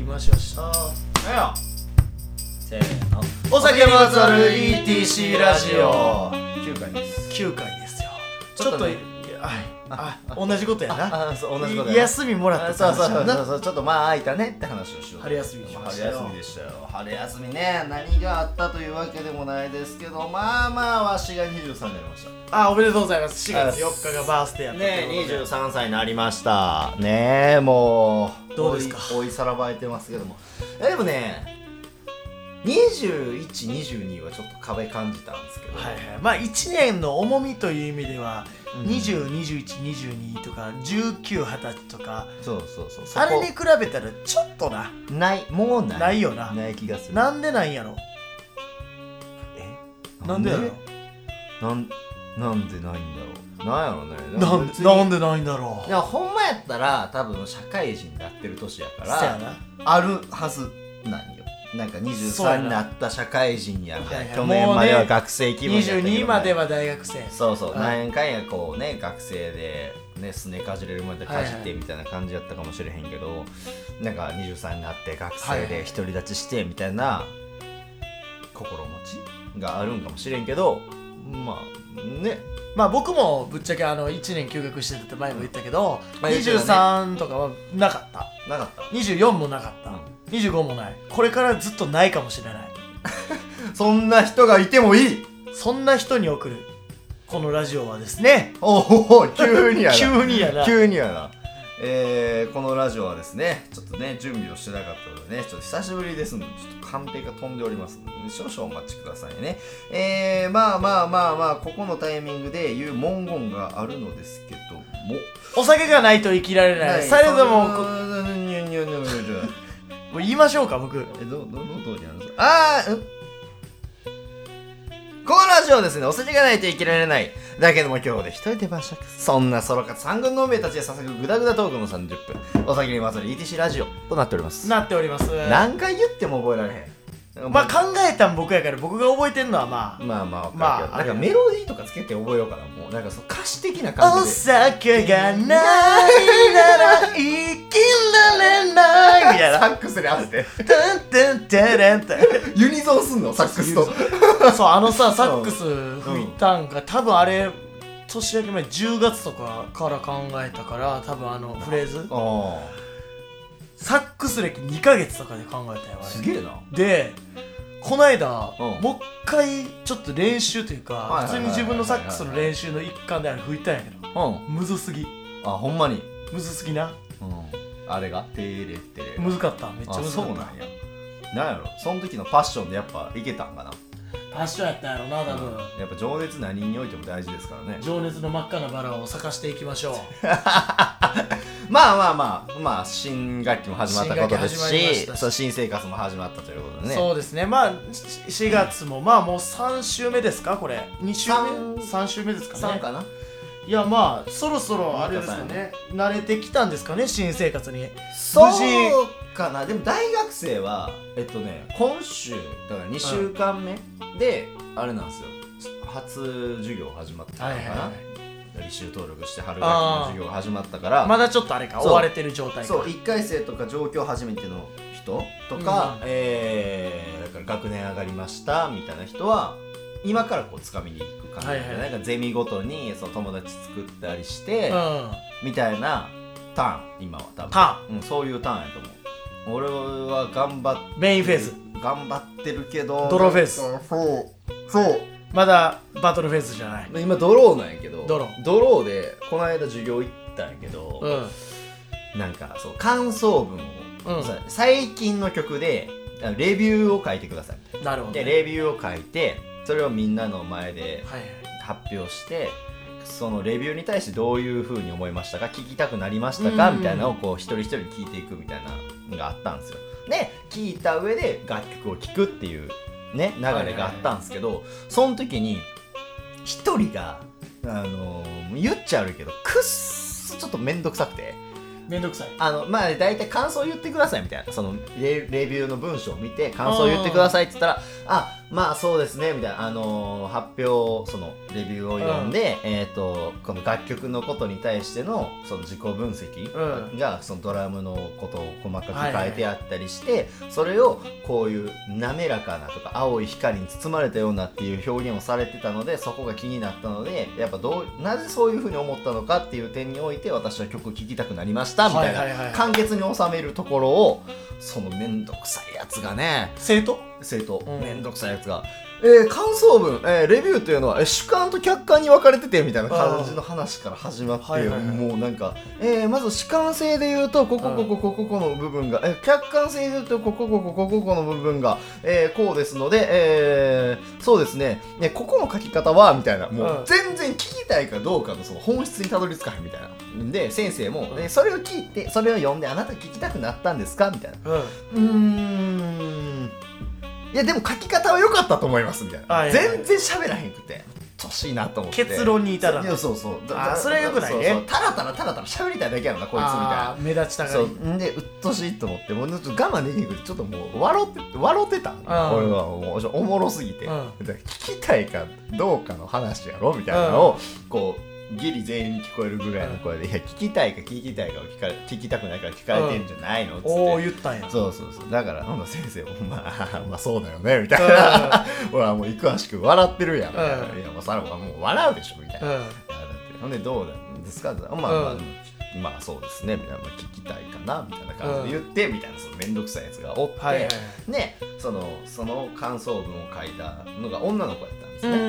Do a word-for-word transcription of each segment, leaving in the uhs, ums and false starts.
ましました。 はいよせーのお酒にまつわる イーティーシー ラジオきゅうかいですきゅうかいですよ。ちょっと、 ちょっとねああ同じことやな。 あそう同じことやな休みもらったそうそうそうな。 そうそうちょっとまあ空いたねって話をしよう春休みにしましたよ。 春休みでしたよ春休みね何があったというわけでもないですけどまあまあわしがにじゅうさんになりましたあ、おめでとうございます。しがつよっかがバースデーやったということでねえにじゅうさんさいになりましたねえもうどうですか追いさらばえてますけどもえでもねにじゅういち、にじゅうにはちょっと壁感じたんですけどはいはい。まあいちねんの重みという意味では、 うんにじゅう、にじゅういち、にじゅうにとかじゅうきゅう、はたちとかそうそうそうそこあれに比べたらちょっとなないもうないないよな。 ない気がするなんでないんやろ。 えなんでやろ。 なんなんでないんだろうなんやろねなん別になんでないんだろう。 いやほんまやったら多分社会人になってる年やからそやな。 あるはずなんよなんかにじゅうさんになった社会人やみたいな去はいはい年までは学生気分やったけどにじゅうにまでは大学生。 そうそうはい何円かんやこうね学生でねすねかじれるまでかじっはいはいてみたいな感じやったかもしれへんけどなんかにじゅうさんになって学はいはい生で独り立ちしてみたいな心持ちがあるんかもしれんけどまあねまあ僕もぶっちゃけあのいちねん休学してたって前も言ったけど、 まあ言ってたねにじゅうさんとかはなかった。 なかったにじゅうよんもなかった。 うんにじゅうごもない。これからずっとないかもしれない。 そんな人がいてもいいそんな人に送るこのラジオはですね。 おお急にやな急にやな。 急にやなえー、このラジオはですねちょっとね準備をしてなかったのでねちょっと久しぶりですのでちょっとカンペが飛んでおりますので、ね、少々お待ちくださいねえー、まあまあまあまあここのタイミングで言う文言があるのですけどもお酒がないと生きられない。されどもこにゅにゅにゅにゅもう言いましょうか僕。 えどどの通りなんですかあーんこのラジオはですねお酒がないと生きられないだけども今日で一人で晩酌そんなソロ活三軍の名たちでささぐグダグダトークのさんじゅっぷんお酒にまつわる イーティーシー ラジオとなっておりますなっております。 何回言っても覚えられへんまあ考えたん僕やから僕が覚えてんのはまあまあまあまあまあなんかメロディーとかつけて覚えようかなもうなんかその歌詞的な感おじで酒がないなら生きられないみたいなサックスで当ててタンタンタランタンユニゾンすんのサックスとそうあのさサックス吹いたんが多分あれ年明け前じゅうがつとかから考えたから多分あのフレーズあサックス歴にかげつとかで考えたよあれすげえなでこの間、 うんもう一回ちょっと練習というかはいはいはい普通に自分のサックスの練習の一環であれ吹いたんやけどうんむずすぎあほんまにむずすぎなうんあれがテレテレむずかっためっちゃあむずかったそうなんやなんやろその時のパッションでやっぱいけたんかなパッションやったんやろな多分、 やっぱ情熱何においても大事ですからね情熱の真っ赤なバラを咲かしていきましょうまあまあまあまあ新学期も始まったことです新学期始まりまししたしそう新生活も始まったということでねそうですねまあししがつもまあもうさん週目ですかこれに週目さん週目ですかねさんかないやまあそろそろあれですよね慣れてきたんですかね新生活にそう無事かなでも大学生はえっとね今週だからにしゅうかんめで、あれなんですよ初授業始まったのかな、 はいはいはい履修登録して春学期の授業始まったからまだちょっとあれかそう追われてる状態かそういっかい生とか上京初めての人とか、 うんえー、だから学年上がりましたみたいな人は今からこう掴みに行く感じで、 はいはいなんかゼミごとにその友達作ったりして、 うんみたいなターン今は多分タうん、そういうターンやと思う俺は頑張っメインフェーズ頑張ってるけどドローフェーズそうそうまだバトルフェーズじゃない今ドローなんやけどドロドローでこの間授業行ったんやけど、 うんなんかそう感想文を、 うんさ最近の曲であのレビューを書いてくださいみたいななるほどねでレビューを書いてそれをみんなの前ではいはい発表してそのレビューに対してどういう風に思いましたか聞きたくなりましたかうんみたいなのをこう一人一人聞いていくみたいなのがあったんですよで聞いた上で楽曲を聴くっていうね流れがあったんですけどその時に一人があのー、言っちゃうけどくっそちょっとめんどくさくてめんどくさいあのまあ大体感想言ってくださいみたいなそのレレビューの文章を見て感想言ってくださいって言ったらあまあそうですねみたいな、あのー、発表そのレビューを読んで、うん、えっ、ー、とこの楽曲のことに対してのその自己分析が、うん、そのドラムのことを細かく書いてあったりして、はいはい、それをこういう滑らかなとか青い光に包まれたようなっていう表現をされてたので、そこが気になったので、やっぱどうなぜそういう風に思ったのかっていう点において私は曲を聴きたくなりましたみたいな、はいはいはい、簡潔に収めるところをそのめんどくさいやつがね、 生徒生徒、うん、めんどくさいやつが、えー、感想文、えー、レビューというのは、えー、主観と客観に分かれててみたいな感じの話から始まって、はいはいはい、もうなんか、えー、まず主観性で言うとこここここここの部分が、えー、客観性で言うとこここここここの部分が、えー、こうですので、えー、そうですね、ねここの書き方はみたいな、もう全然聞きたいかどうかのその本質にたどり着かへんみたいな。で先生も、うん、それを聞いてそれを読んであなた聞きたくなったんですかみたいな、うん、うーんいやでも書き方は良かったと思いますみたいな、はいはい、全然喋らへんくて年いなと思って結論に至らない。 いやそうそうあそれは良くないね。 そうそうたらたらたらたら喋りたいだけやろなこいつみたいな、 目立ちたがりそうでうっとしいと思ってもうちょっと我慢できにくいちょっともう笑って笑ってた俺はもうおもろすぎて、うん、聞きたいかどうかの話やろみたいなのを、うん、こうギリ全員に聞こえるぐらいの声で、うん、いや聞きたいか聞きたいかを聞か聞きたくないから聞かれてんじゃないの、うん、つっておー言ったんや。 そうそうそうだからほんな先生もまあまあそうだよねみたいな、うん、俺はもういくわしく笑ってるやんみたいな、うん、いやまあそれはもう笑うでしょみたいな、うん、いやだってほんでどうなんですかまあまあ、うん、まあそうですねみたいな、まあ、聞きたいかなみたいな感じで言って、うん、みたいなそのめんどくさいやつがおって、はいはい、ねそのその感想文を書いたのが女の子やったんですね、うん、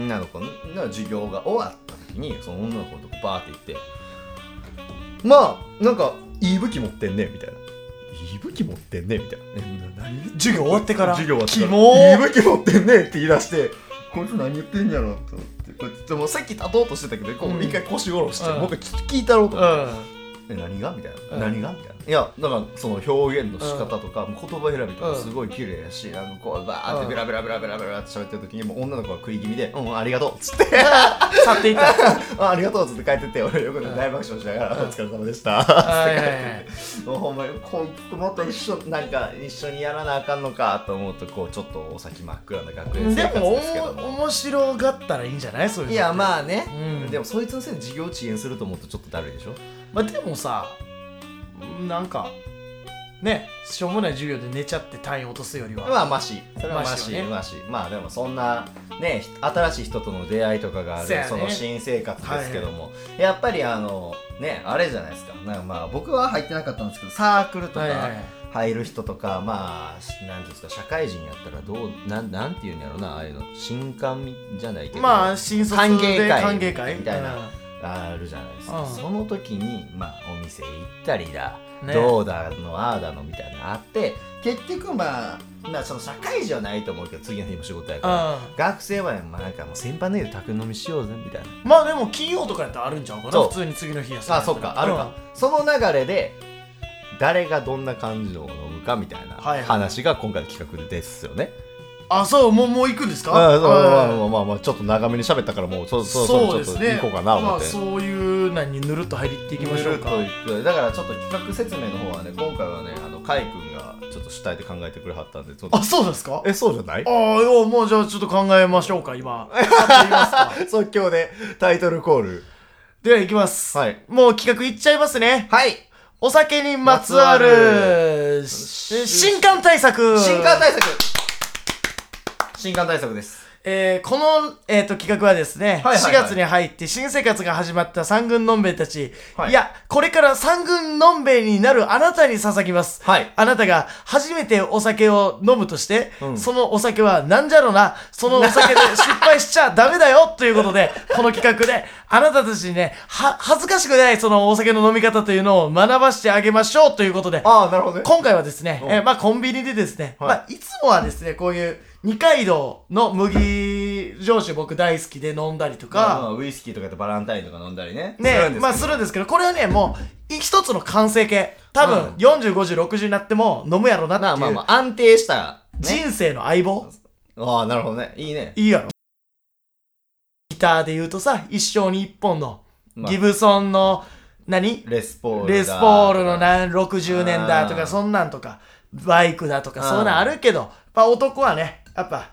女の子の授業が終わった時にその女の子のとこバーって行ってまあなんかいい武器持ってんねみたいないい武器持ってんねみたいな、え何授業終わってから授業終わってからいい武器持ってんねって言い出してこいつ何言ってんやろと思ってでもさっき立とうとしてたけどこう一回腰下ろして、うん、もう一回聞いたろうと思って、うんえ何がみたいな、うん、何がみたいないやだからその表現の仕方とか、うん、言葉選びとかすごい綺麗やし、うん、あのこうバーってベラベラベラベラベラって喋ってる時にもう女の子が食い気味でうんありがとうっつって去っていったあありがとうっつって帰ってって俺横で大爆笑しながら、うん、お疲れ様でしたって帰ってもうほんまにこうもっと一緒なんか一緒にやらなあかんのかと思うとこうちょっとお先真っ暗な学園生活ですけどもでも面白がったらいいんじゃないそういうのいやまあね、うん、でもそいつのせいで授業遅延すると思うとちょっとだるいでしょまあでもさなんかねしょうもない授業で寝ちゃって単位落とすよりはまあマシそれはマシマシ、ね、マシまあでもそんなね新しい人との出会いとかがある そ,、ね、その新生活ですけども、はいはい、やっぱりあのねあれじゃないですかなんかまあ僕は入ってなかったんですけどサークルとか、はいはいはい入る人とかまあなんですか社会人やったらどうなんなんていうんやろなああいうの新歓じゃないけどまあ新卒で歓迎会みたいな、うん、あるじゃないですか、うん、その時にまあお店行ったりだ、ね、どうだのああだのみたいなのあって結局まあまあその社会人はないと思うけど次の日も仕事やから、うん、学生はまあなんかもう先輩の家で宅飲みしようぜみたいなまあでも金曜とかやったらあるんちゃうかな普通に次の日やあそっかあるか、うん、その流れで誰がどんな感じのを飲むかみたいな話が今回の企画ですよね。 あ、そうもうもう行くんですか？ ああまあまあまあまあちょっと長めに喋ったからもうそろそろちょっと行こうかな思って。 まあそういう何にぬるっと入っていきましょうか。 だからちょっと企画説明の方はね今回はねあのカイ君がちょっと主体で考えてくれはったんでちょっと。 あそうですか？ えそうじゃない？ ああよもうじゃあちょっと考えましょうか今。 即興でタイトルコール。 では行きます。はい。もう企画いっちゃいますね。 はい。 お酒にまつわる新刊対策新刊対策新刊対策です。 えー、この、えー、と企画はですね、はいはいはい、しがつに入って新生活が始まった三軍のんべえたち、はい、いやこれから三軍のんべえになるあなたに捧ぎます、はい、あなたが初めてお酒を飲むとして、うん、そのお酒はなんじゃろなそのお酒で失敗しちゃダメだよということでこの企画であなたたちにねは恥ずかしくないそのお酒の飲み方というのを学ばしてあげましょうということであなるほど、ね、 今回はですね、えーまあ、コンビニでですね、はいまあ、いつもはですねこういう二階堂の麦焼酒僕大好きで飲んだりとか、まあまあ、 ウイスキーとかとバランタインとか飲んだりねねすまあするんですけどこれはねもう一つの完成形多分、うん、よんじゅうごじゅうろくじゅうになっても飲むやろなっていう、まあまあまあ、 安定した、 ね、人生の相棒ああなるほどねいいねいいやろギターで言うとさ一生に一本の、まあ、ギブソンの何レスポールレスポールの何ろくじゅうねんだとかそんなんとかバイクだとかそういうのあるけどやっぱ男はねやっぱ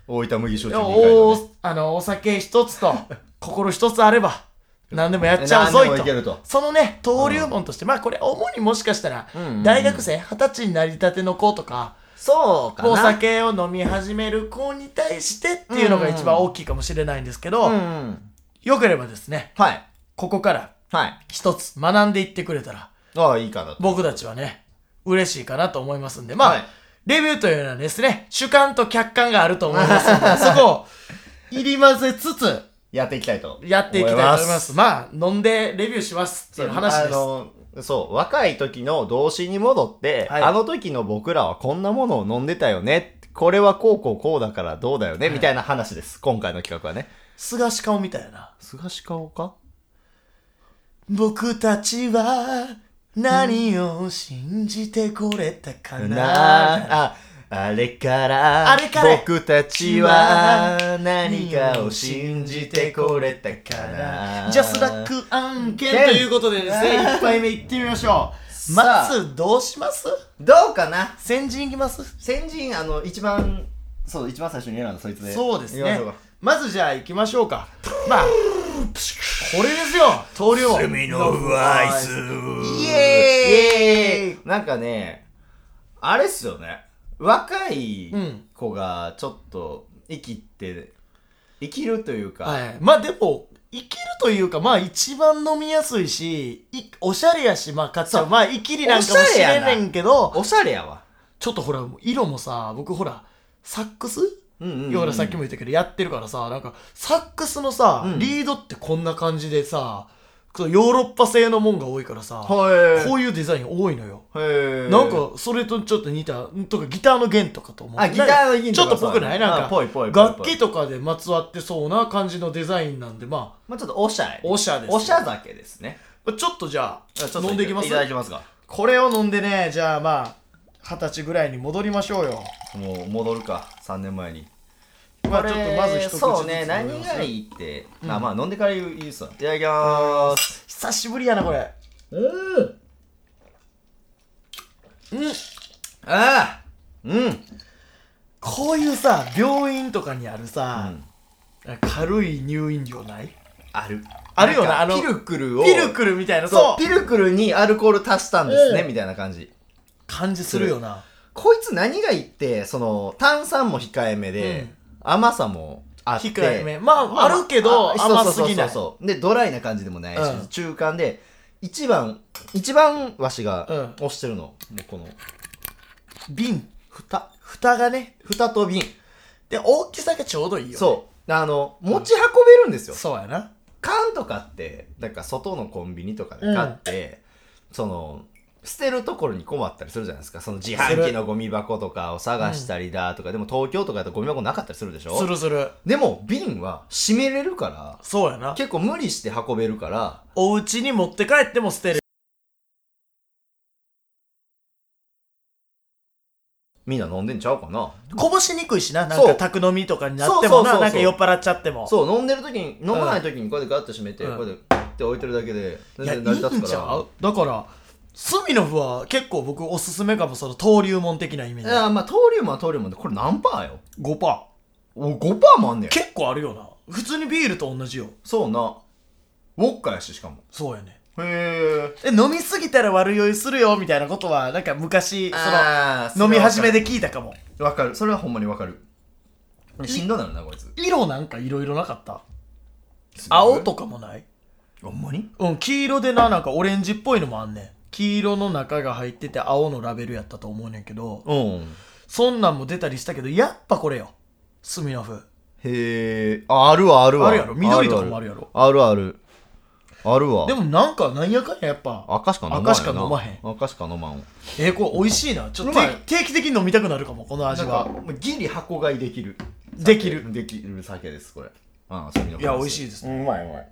大分麦焼酎にかいの、ね、 あのお酒一つと心一つあれば何でもやっちゃうぞい と, とそのね登竜門として、うん、まあこれ主にもしかしたら、うんうんうん、大学生二十歳になりたての子とかそうかな、 お酒を飲み始める子に対してっていうのが一番大きいかもしれないんですけど、うんうん、よければですね、 はい、 ここから一つ学んでいってくれたら、 ああいいかなと僕たちはね嬉しいかなと思いますんで、まあ、はい、レビューというのはですね主観と客観があると思いますのでそこを入り混ぜつつやっていきたいとやっていきたいと思います。まあ飲んでレビューしますっていう話です。 あのそう若い時の動詞に戻って、はい、あの時の僕らはこんなものを飲んでたよね、これはこうこうこうだからどうだよね、はい、みたいな話です。今回の企画はね。 菅氏顔みたいな。 菅氏顔か。 僕たちは何を信じてこれたかな、うん、 ああれから僕たちは何かを信じてこれたかな。 ジャスラック案件ということでですね一杯目いってみましょう。まずどうします？ どうかな。 先陣いきます？ 先陣あの一番そう一番最初に選んだそいつで。 そうですね。まずじゃあ行きましょうか。まあこれですよ登竜門隅のフアイスイエーイ。なんかねあれっすよね、若い子がちょっと生きて生きるというか、 はい、まあでも生きるというかまあ一番飲みやすいしおしゃれやし、まあかつはまあ生きりなんかもしれねんけどおしゃれやわ。 ちょっとほら色もさ僕ほらサックスうんうんうん、 要はさっきも言ったけどやってるからさなんかサックスのさ、うん、リードってこんな感じでさヨーロッパ製のもんが多いからさこういうデザイン多いのよ。 へなんかそれとちょっと似たとかギターの弦とかと思う。 あギターの弦とかちょっとぽくないなんか楽器とかでまつわってそうな感じのデザインなんでまあまあちょっとおしゃれおしゃですおしゃ酒ですね。 ちょっとじゃあ飲んでいきます。 いただきますか。 これを飲んでねじゃあまあ二十歳ぐらいに戻りましょうよ。 もう戻るかさんねんまえに。 まあちょっとまず一口ずつそうね何がいいって、うん、あまあ飲んでから言うっすわ。いただきまーす。 久しぶりやなこれ。 うんうんああうんこういうさ病院とかにあるさ、うん、軽い入院料ない？ あるあるよな。あのピルクルをピルクルみたいなそうピルクルにアルコール足したんですね、うん、みたいな感じ感じするよな。 こいつ何がいいってその炭酸も控えめで、うん甘さもあって控えめまあ、まあ、あるけど甘すぎない。そうそうそうそうでドライな感じでもないし、うん、中間で一番一番わしが推してるの、うん、もうこの瓶蓋蓋がね蓋と瓶で大きさがちょうどいいよ、ね、 そうあの持ち運べるんですよ、 うん、そうやな。 缶とかってなんか外のコンビニとかで買って、うん、その捨てるところに困ったりするじゃないですか。その自販機のゴミ箱とかを探したりだとか、うん、でも東京とかだとゴミ箱なかったりするでしょ。 するする。 でも瓶は閉めれるからそうやな。 結構無理して運べるからお家に持って帰っても捨てる。 みんな飲んでんちゃうかな。 こぼしにくいしな。なんか宅飲みとかになってもな、なんか酔っ払っちゃってもそう飲んでる時に飲まない時にこうやってガッと閉めて、うん、こうやってガッて置いてるだけで全然成り立つから。いやいいんちゃう。 だからスミノフは結構僕おすすめかも。その登竜門的なイメージ。 いやまあ登竜門は登竜門でこれ何パーよ。 ごパー。 お ごパーもあんねん。 結構あるよな。普通にビールと同じよ。 そうな。ウォッカやししかも。 そうやね。 へえ。 飲みすぎたら悪酔いするよみたいなことはなんか昔その飲み始めで聞いたかも。 わかる。それはほんまにわかる。しんどなるなこいつ。 色なんかいろいろなかった。青とかもない？ ほんまに？ うん黄色でな、なんかオレンジっぽいのもあんねん。黄色の中が入ってて青のラベルやったと思うねんけど、 うん、 そんなんも出たりしたけどやっぱこれよスミノフ。 へえ。あるわあるわ。 あるやろ。緑とかもあるやろ。 あるあるあるわ。 でもなんかなんやかんややっぱ赤しか飲まへん。 赤しか飲まへん。 赤しか飲まん。 えー、これ美味しいな。ちょっと定期的に飲みたくなるかもこの味は。 ギリ箱買いできるできるできる酒ですこれ。ああスミノフ。 いや美味しいですね。 うまいうまい。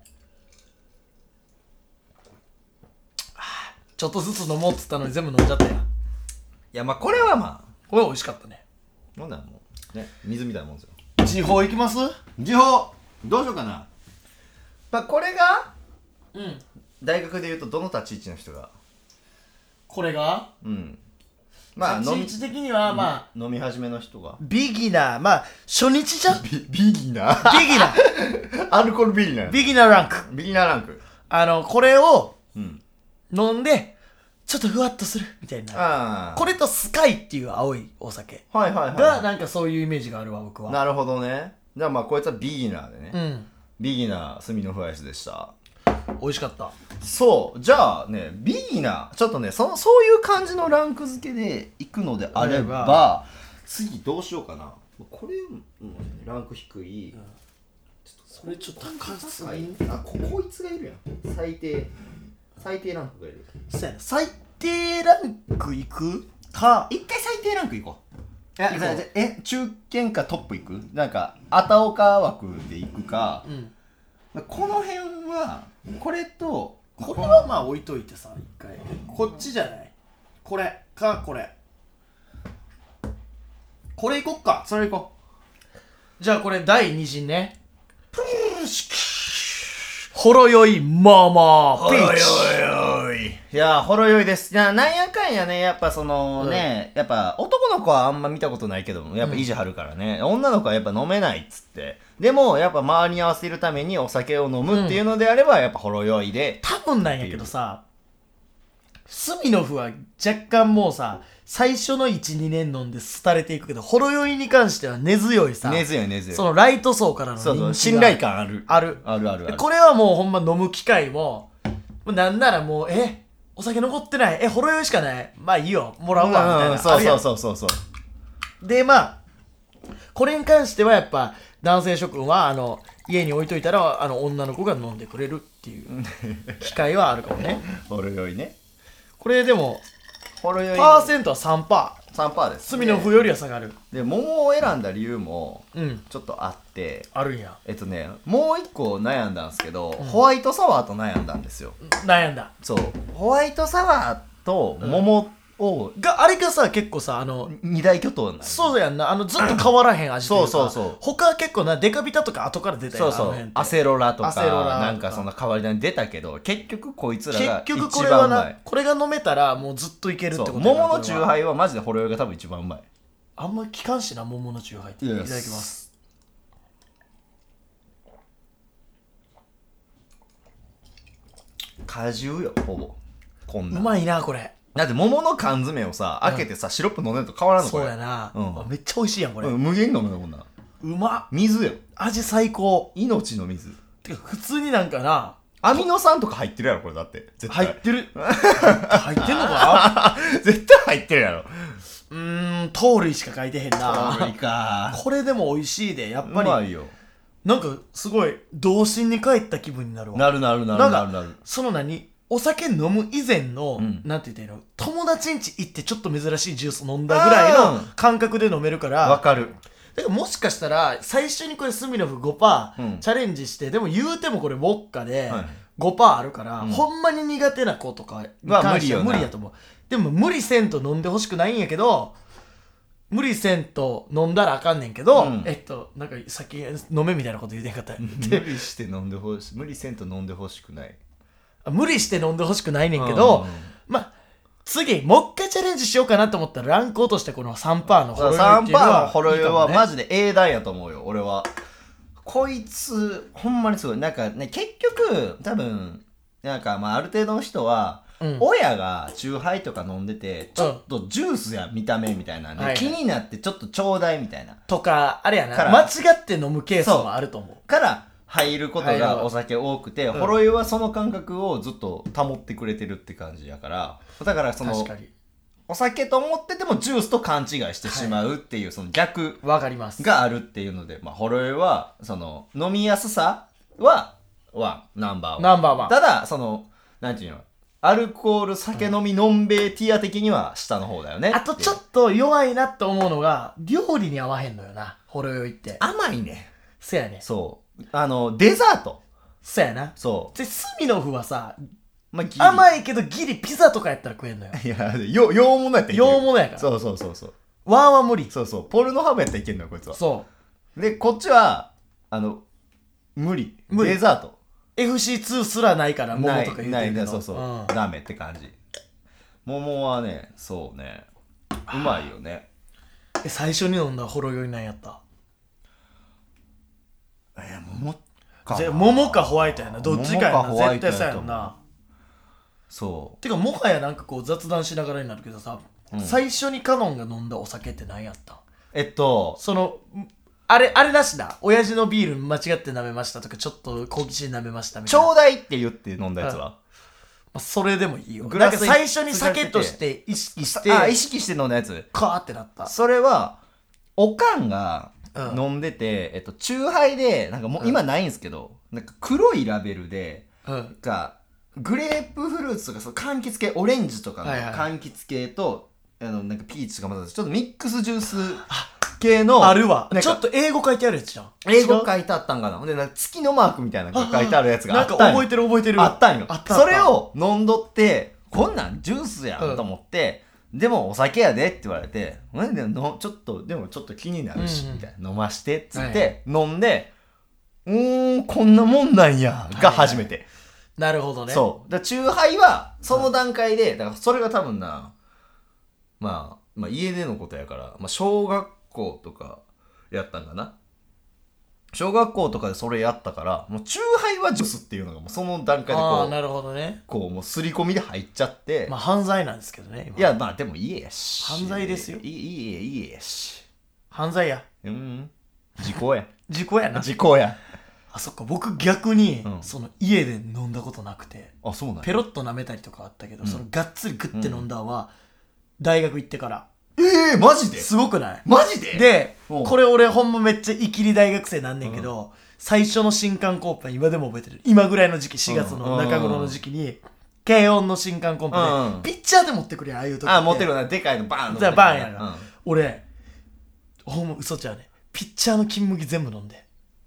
ちょっとずつ飲もうっつったのに全部飲んじゃったやん。いやまあこれはまあこれ美味しかったね。 なんだもうね水みたいなもんですよ。 時報いきます？ 時報どうしようかな。まあこれがうん大学でいうとどの立ち位置の人がこれがうんまあ立ち位置的にはまあ飲み始めの人がビギナー、まあ初日じゃん。 ビビギナービギナーアルコールビギナービギナーランクビギナーランクあのこれをうん飲んでちょっとふわっとするみたいな。 あこれとスカイっていう青いお酒はいはいはいがなんかそういうイメージがあるわ僕は。 なるほどね。じゃあまあこいつはビギナーでね、 うんビギナー炭のフライスでした。 美味しかった。 そうじゃあねビギナーちょっとねそのそういう感じのランク付けでいくのであれば次どうしようかな。これ、うん、ランク低い、うん、 ちょっとそれちょっと高い。 あ こ, こいつがいるやん最低最低ランクがいる。 そうやな最低ランクいくか一回最低ランクいこう。いや行こうえ中堅かトップいくなんかあたおか枠でいくか、うん、この辺はこれとこれはまあ置いといてさ一回こっちじゃない、これかこれこれいこっか。 それいこう。じゃあこれだいに陣ね。ほろ酔いママピーチ。 いやほろ酔いです。いやなんやかんやねやっぱそのね、うん、やっぱ男の子はあんま見たことないけどもやっぱ意地張るからね、うん、女の子はやっぱ飲めないっつってでもやっぱ周りに合わせるためにお酒を飲むっていうのであれば、うん、やっぱほろ酔いで多分なんやけどさスミノフは若干もうさ最初の いちにねん飲んで廃れていくけどほろ酔いに関しては根強いさ根強い根強いそのライト層からの人気がそうそう信頼感あるあるあるあるある。 これはもうほんま飲む機会もなんならもうえお酒残ってないえほろ酔いしかないまあいいよもらうわみたいな、うん、 そうそうそうそうそうでまあこれに関してはやっぱ男性諸君はあの家に置いといたらあの女の子が飲んでくれるっていう機会はあるかもねほろ酔いね。 これでもほろ酔いパーセントは さんパーセントさんパーセント です。 スミノフよりは下がる。 で桃を選んだ理由もうんちょっとあって、 あるんや。 えっとねもう一個悩んだんですけど、うん、ホワイトサワーと悩んだんですよ。 悩んだ。 そうホワイトサワーと桃を、 うん、があれがさ結構さあの二大巨頭なんそうやんなあのずっと変わらへん味というかそうそうそう他結構なデカビタとか後から出たよそうそうアセロラとかなんかそんな変わり種出たけど結局こいつらが一番うまい。結局これはなこれが飲めたらもうずっといけるってことやな。 桃のチューハイはマジでほろ酔いが多分一番うまい。 あんま聞かんしな桃のチューハイっていただきます。 果汁よほぼこんなうまいなこれ。 だって桃の缶詰をさ開けてさ、うん、シロップ飲んでると変わらんのこれ。 そうやな、 うん、 めっちゃ美味しいやんこれ、 うん、無限に飲むのこんなうまっ水よ味最高命の水てか普通になんかなアミノ酸とか入ってるやろこれだって絶対入ってる入ってんのかな絶対入ってるやろ。 うーん糖類しか書いてへんな。 糖類かこれでも美味しいでやっぱりうまいよ。 なんかすごい童心に帰った気分になるわ。 なるなるなるなるなる。 その何お酒飲む以前の、 うん、 なんて言ったらいいの友達ん家行ってちょっと珍しいジュース飲んだぐらいの感覚で飲めるからわかる。 だからもしかしたら最初にこれスミノフ ごパーセント、 うん、 チャレンジしてでも言うてもこれウォッカで ごパーセント あるから、うん、ほんまに苦手な子とかに関しては無理やと思う。でも無理せんと飲んでほしくないんやけど無理せんと飲んだらあかんねんけど、うん、えっとなんかさっき飲めみたいなこと言うてんかった無理して飲んでほし無理せんと飲んでほしくない無理して飲んでほしくないねんけど、まあ次もう一回チャレンジしようかなと思ったらランク落としてこの さんパーセント のほろ酔いっていうのはさんパーセント のほろ酔いはマジで英断やと思うよ俺は。こいつほんまにすごいなんかね結局多分なんかまあある程度の人は、うん、親がチューハイとか飲んでてちょっとジュースや見た目みたいなね、うん、気になってちょっとちょうだいみたいなとかあれやな間違って飲むケースもあると思うから入ることがお酒多くて、ほろ酔いはその感覚をずっと保ってくれてるって感じやからだからその確かにお酒と思っててもジュースと勘違いしてしまうっていう、はい、その逆わかりますがあるっていうので、まあ、ほろ酔いはその飲みやすさはワンナンバーワンナンバーワン。 ただそのなんていうのアルコール酒飲みのんべいティア的には下の方だよね。 あとちょっと弱いなと思うのが料理に合わへんのよなほろ酔いって。 甘いね。 そやね。 そうあのデザートそやな。 そうでスミノフはさ、 まあ、 甘いけどギリピザとかやったら食えんのよ。 いやよ洋物やったらいける。 洋物やから。 そうそうそうそうワンは無理。 そうそうポルノハブやったらいけんのよこいつは。 そうでこっちはあの無理無理デザートエフシーツー すらないから桃とか言うてるけどないないそうそう、 うん、 ダメって感じ。桃はねそうねうまいよね。 え最初に飲んだほろ酔いなんやった？ えー、桃かぜ桃かホワイトやな、どっちかやな、絶対そうやんな。 そうてかもはやなんかこう雑談しながらになるけどさ、うん、最初にカノンが飲んだお酒って何やったん？ えっとそのあれあれなしだ、親父のビール間違って舐めましたとかちょっと好奇心舐めましたみたいな、 ちょうだいって言って飲んだやつは、 うん、それでもいいよ。なんか最初に酒として意識してあ意識して飲んだやつカーってなった。 それはおかんが飲んでて、うん、えっとチューハイでなんかもう今ないんですけど、うん、なんか黒いラベルで、うん、がグレープフルーツとかその柑橘系オレンジとかの柑橘系と、はいはい、あのなんかピーチとかまだちょっとミックスジュース系のあるわ。ちょっと英語書いてあるやつじゃん。 英語書いてあったんかな。でなんか月のマークみたいなのが書いてあるやつがあったんよ。 なんか覚えてる覚えてる。 あったんよ。あったあった。それを飲んどってこんなんジュースやんと思って、うん、でもお酒やでって言われて、でもちょっとでもちょっと気になるし、うんうん、みたいな飲ましてっつって、はい、飲んで、うーんこんなもんなんやが初めて。はいはい、 なるほどね。 そう。だからチューハイはその段階で、だからそれが多分な、まあまあ家でのことやから、まあ小学校とか。やったんかな。小学校とかでそれやったからもうチューハイはジュースっていうのがもうその段階でこうああなるほどね、 こうもう刷り込みで入っちゃって、 まあ犯罪なんですけどね今。 いやまあでも家やし犯罪ですよ。 いい家家やし犯罪や。 うん時効や時効やな。 時効や。 あそっか僕逆に、うん、その家で飲んだことなくて、 あそうなんペロッと舐めたりとかあったけど、うん、そのがっつりグッて飲んだのは、うん、大学行ってから。 えー、マジですごくない？ マジで？ で、これ俺ほんまめっちゃイキリ大学生なんねんけど、うん、最初の新刊コンパ今でも覚えてる。今ぐらいの時期しがつの中頃の時期に軽音の新刊コンパで、うん、ピッチャーで持ってくれああいう時って。 あ持ってるなでかいのバーンの。 じゃあバーンやな、うん、俺ほんま嘘ちゃうね、ピッチャーの金麦全部飲んで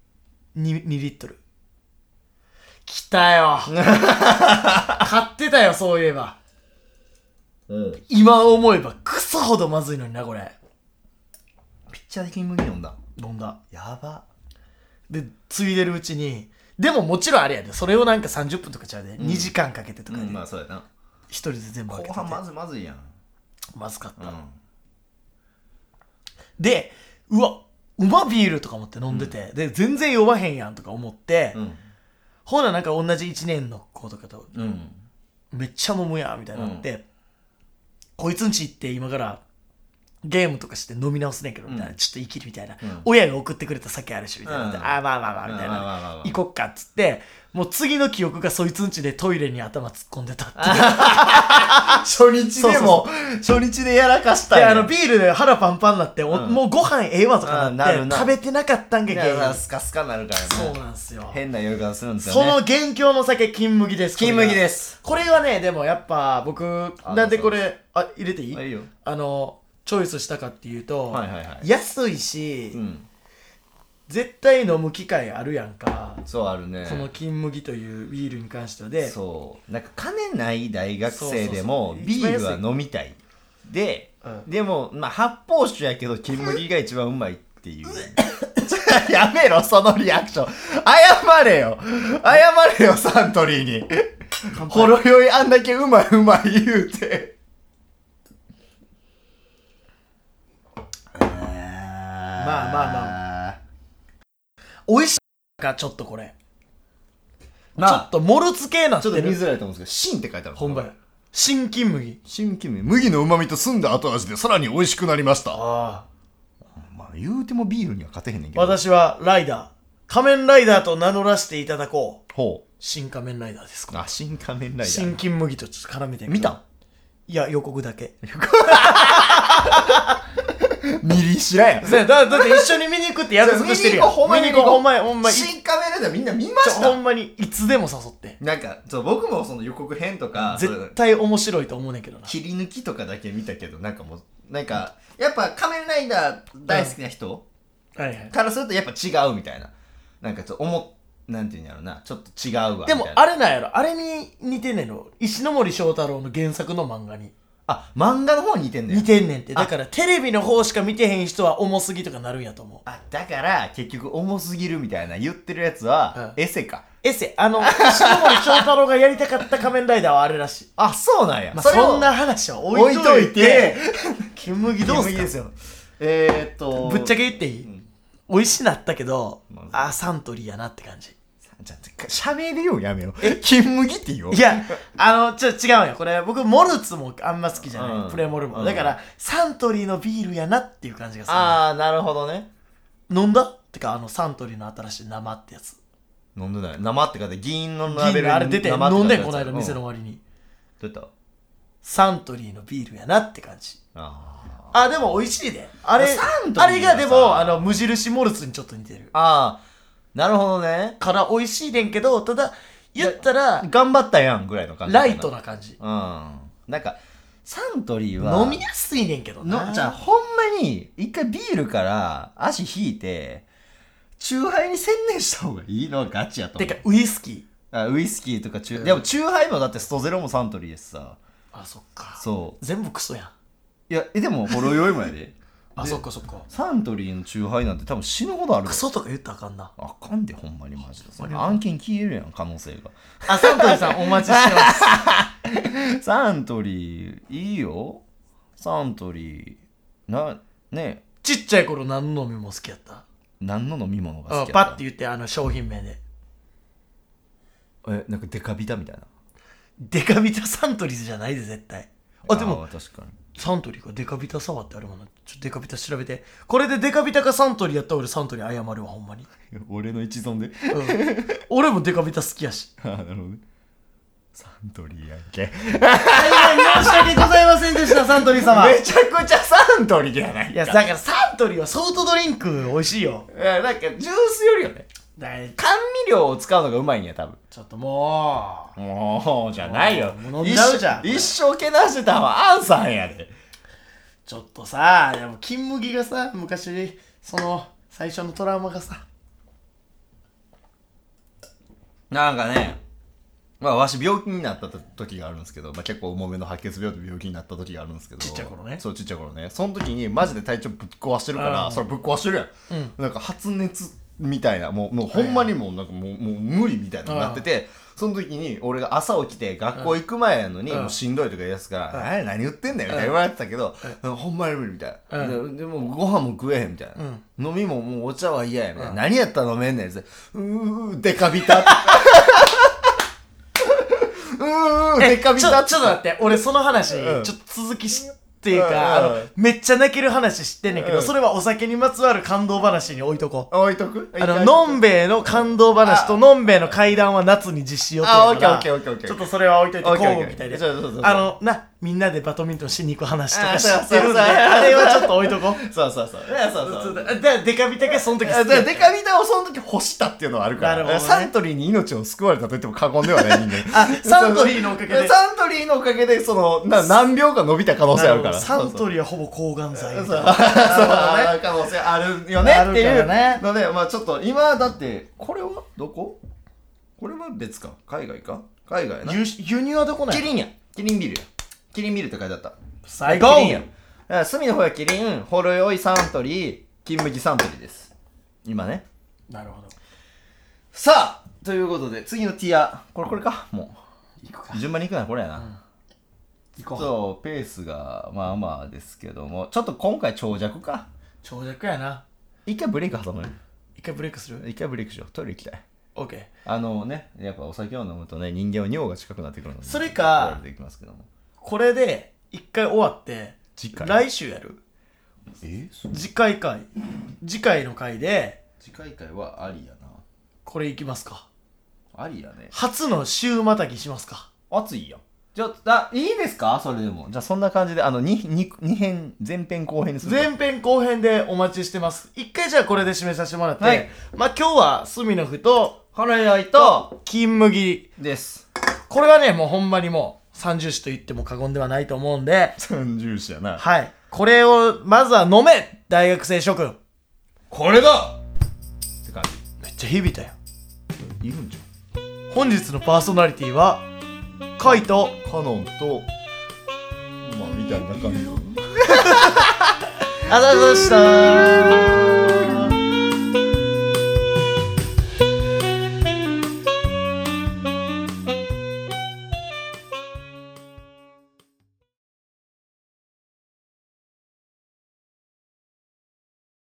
2, 2リットル来たよ買ってたよそういえば。うん、今思えばクソほどまずいのになこれ。 ピッチャーで金麦飲んだ飲んだやば。 でついでるうちにでももちろんあれやで、それをなんかさんじゅっぷんとかちゃうで、うん、にじかんかけてとかで、 うん、まあそうやな一人で全部開けてて後半まずまずいやん。 まずかった、 うん、 でうわうまビールとか思って飲んでて、うん、で全然酔わへんやんとか思って、うん、ほななんか同じいちねんの子とかと、うん、めっちゃ飲むやんみたいになって、うんこいつんち行って今からゲームとかして飲み直すねんけどみたいな、うん、ちょっと生きるみたいな、うん、親が送ってくれた酒あるしみたいな、うん、ああまあまあまあみたいな、行こっかっつってもう次の記憶がそいつんちでトイレに頭突っ込んでたって初日でも初日でやらかしたんや。 であのビールで腹パンパンになって、うん、もうご飯ええわとかなって、な食べてなかったんが原因。 スカスカなるからね。 そうなんですよ。 変な酔い方するんですよね。 その元凶の酒金麦です。 金麦です。 これはねでもやっぱ僕なんでこれあ入れていい？ あいいよ。 あのチョイスしたかっていうと、 はいはいはい、 安いし、うん、絶対飲む機会あるやんか。 そうあるね。 この金麦というビールに関してはで、 そうなんか金ない大学生でもビールは飲みたいで、うん、でもまあ発泡酒やけど金麦が一番うまいっていうやめろそのリアクション。謝れよ謝れよサントリーにほろ酔いあんだけうまいうまい言うてまあまあまあ美味しいかちょっとこれ、まあ、ちょっとモルツ系なってる。 ちょっと見づらいと思うんですけど、新って書いてある。 ほんまや。新金麦。 新金麦。麦の旨味と澄んだ後味でさらに美味しくなりました。ああ。まあ言うてもビールには勝てへんねんけど。 私はライダー。仮面ライダーと名乗らせていただこう。 ほう。 新仮面ライダーです。 あ、新仮面ライダー。 新金麦とちょっと絡めて見たん？ いや、予告だけ。 ミリ知らんやん。 だ, だって一緒に見に行くって約束してるやん。 ほんまにほんまにほんまに。 新仮面ライダーみんな見ました。 ほんまにいつでも誘って。 なんかそう僕もその予告編とか絶対面白いと思うねんけどな。 切り抜きとかだけ見たけどなんかもうなんかやっぱ仮面ライダー大好きな人、 うんはいはい、 からするとやっぱ違うみたいな。なんかちょっと思なんていうんやろなちょっと違うわ。 でもあれなんやろあれに似てんねんの石ノ森章太郎の原作の漫画に。 あ、漫画の方に似てんねん。 似てんねんって。だからテレビの方しか見てへん人は重すぎとかなるんやと思う。 あ、だから結局重すぎるみたいな言ってるやつは、うん、エセか。 エッセイあの石森章太郎がやりたかった仮面ライダーはあれらしい。 あ、そうなんや。 まあ、そんな話は置いといて金麦どうすか。 ですよ。えー、っとぶっちゃけ言っていい、うん、美味しなったけど、まあ、あサントリーやなって感じ。 じゃあしゃべりよやめろ。え金麦って言おう。 いやあのちょ違うよこれ僕モルツもあんま好きじゃない、うん、プレモルも、うん、だからサントリーのビールやなっていう感じがする。 ああなるほどね。 飲んだってかあのサントリーの新しい生ってやつ飲んでない。生ってかで銀のラベルあれ出て飲んでんこの間店の終わりに、 うん、どうやった。 サントリーのビールやなって感じ。ああでも美味しいであれ。あれがでもあの無印モルツにちょっと似てる。 ああなるほどね。 から美味しいねんけど、ただ言ったら頑張ったやんぐらいの感じ。 ライトな感じ。 うん。なんかサントリーは飲みやすいねんけどな。 じゃあほんまに一回ビールから足引いてチューハイに専念した方がいいのはガチやと思う。 てかウイスキー。あウイスキーとかチュー、うん、でもチューハイもだってストゼロもサントリーですさ。 あそっか。 そう全部クソやん。 いやでもほろ酔いもやで。 あそっかそっか。 サントリーのチューハイなんて多分死ぬほどある。 クソとか言ったらあかんな。 あかんでほんまにマジで。それ案件消えるやん可能性が。 あサントリーさんお待ちしてます。サントリーいいよ。サントリーなね。 ちっちゃい頃何の飲み物好きやった？ 何の飲み物が好きやった？ パッて言ってあの商品名で。 えなんかデカビタみたいな。 デカビタサントリーじゃないで絶対。あでも確かにサントリーかデカビタサワーってあるもんな。ちょっとデカビタ調べて。これでデカビタかサントリーやったら俺サントリー謝るわほんまに。 俺の一存で、うん、 俺もデカビタ好きやし。 あなるほどね。サントリーやんけ。 申し訳ございませんでしたサントリー様。 めちゃくちゃサントリーやないか。 いやだからサントリーはソフトドリンク美味しいよ。 いやなんかジュースよりよね。甘味料を使うのがうまいんや多分。 ちょっともうもうじゃないよ。 もう飲んじゃうじゃん。 一生懸なしてたんはアンさんやで。 ちょっとさでも金麦がさ昔その最初のトラウマがさなんかねまあわし病気になった時があるんですけど、まあ、結構重めの白血病で病気になった時があるんですけど、 ちっちゃい頃ね。 そうちっちゃい頃ね。その時にマジで体調ぶっ壊してるからそれぶっ壊してるやん、うん、なんか発熱みたいなもう、もうほんまにもうなんかもう、もう無理みたいになってて、その時に俺が朝起きて学校行く前やのにもうしんどいとか言い出すから「え何言ってんだよ」みたいな言われてたけどほんまに無理みたいな。でもご飯も食えへんみたいな。飲みももうお茶は嫌やみたいな。何やったら飲めんねんってうーデカビタってうーデカビタって。 ちょっと待って俺その話ちょっと続きしっていうか、あのめっちゃ泣ける話知ってんねんけど、うん、それはお酒にまつわる感動話に置いとこう。 置いとく。 あののんべえの感動話とのんべえの怪談は夏に実施予定だから、ちょっとそれは置いといて交互期待で。あのなみんなでバドミントンしに行く話とか知ってるんで、あれはちょっと置いとこう。 そうそうそう。そうそう。 でデカビタがその時好き。 デカビタをその時欲したっていうのはあるから。ね、サントリーに命を救われたと言っても過言ではない人間。 あサントリーのおかげで。 サントリーのおかげでそのな何秒か伸びた可能性あるから。 サントリーはほぼ抗がん剤。そうそうね。 可能性あるよねっていうので、まあちょっと今だってこれはどこ？これは別か。海外か？海外な。 輸入はどこなんや？ キリンや。キリンビールや。キリンビールって書いてあった。 最高。 キリンや。隅の方はキリン、ほろ酔いサントリー、金麦サントリーです。今ね。 なるほど。 さあということで次のティアこれこれかもう。行くか。 順番に行くなこれやな。うん、 行こう。 そうペースがまあまあですけどもちょっと今回長尺か。 長尺やな。 一回ブレイク挟むね。 一回ブレイクする？ 一回ブレイクしよう。トイレ行きたい。 オッケー。 あのねやっぱお酒を飲むとね人間は尿が近くなってくるので。 それか。 できますけども。これで一回終わって次回来週やる？ え？ 次回回次回の回で次回回はありやな。 これいきますか。 ありやね。 初の週またぎしますか。 熱いやん。じゃあいいですかそれでも。じゃあそんな感じであの 2, 2, 2編前編後編にする。 前編後編でお待ちしてます。一回じゃあこれで締めさせてもらって、はい、まあ今日はスミノフとほろ酔いと金麦です。 これはねもうほんまにもう三重視と言っても過言ではないと思うんで。 三重視やな。 はい。これをまずは飲め大学生諸君。 これだって感じ。 めっちゃ響いたよ。 いるんじゃん。本日のパーソナリティはカイとカノンとまあみたいな感じ。 ありがとうございました。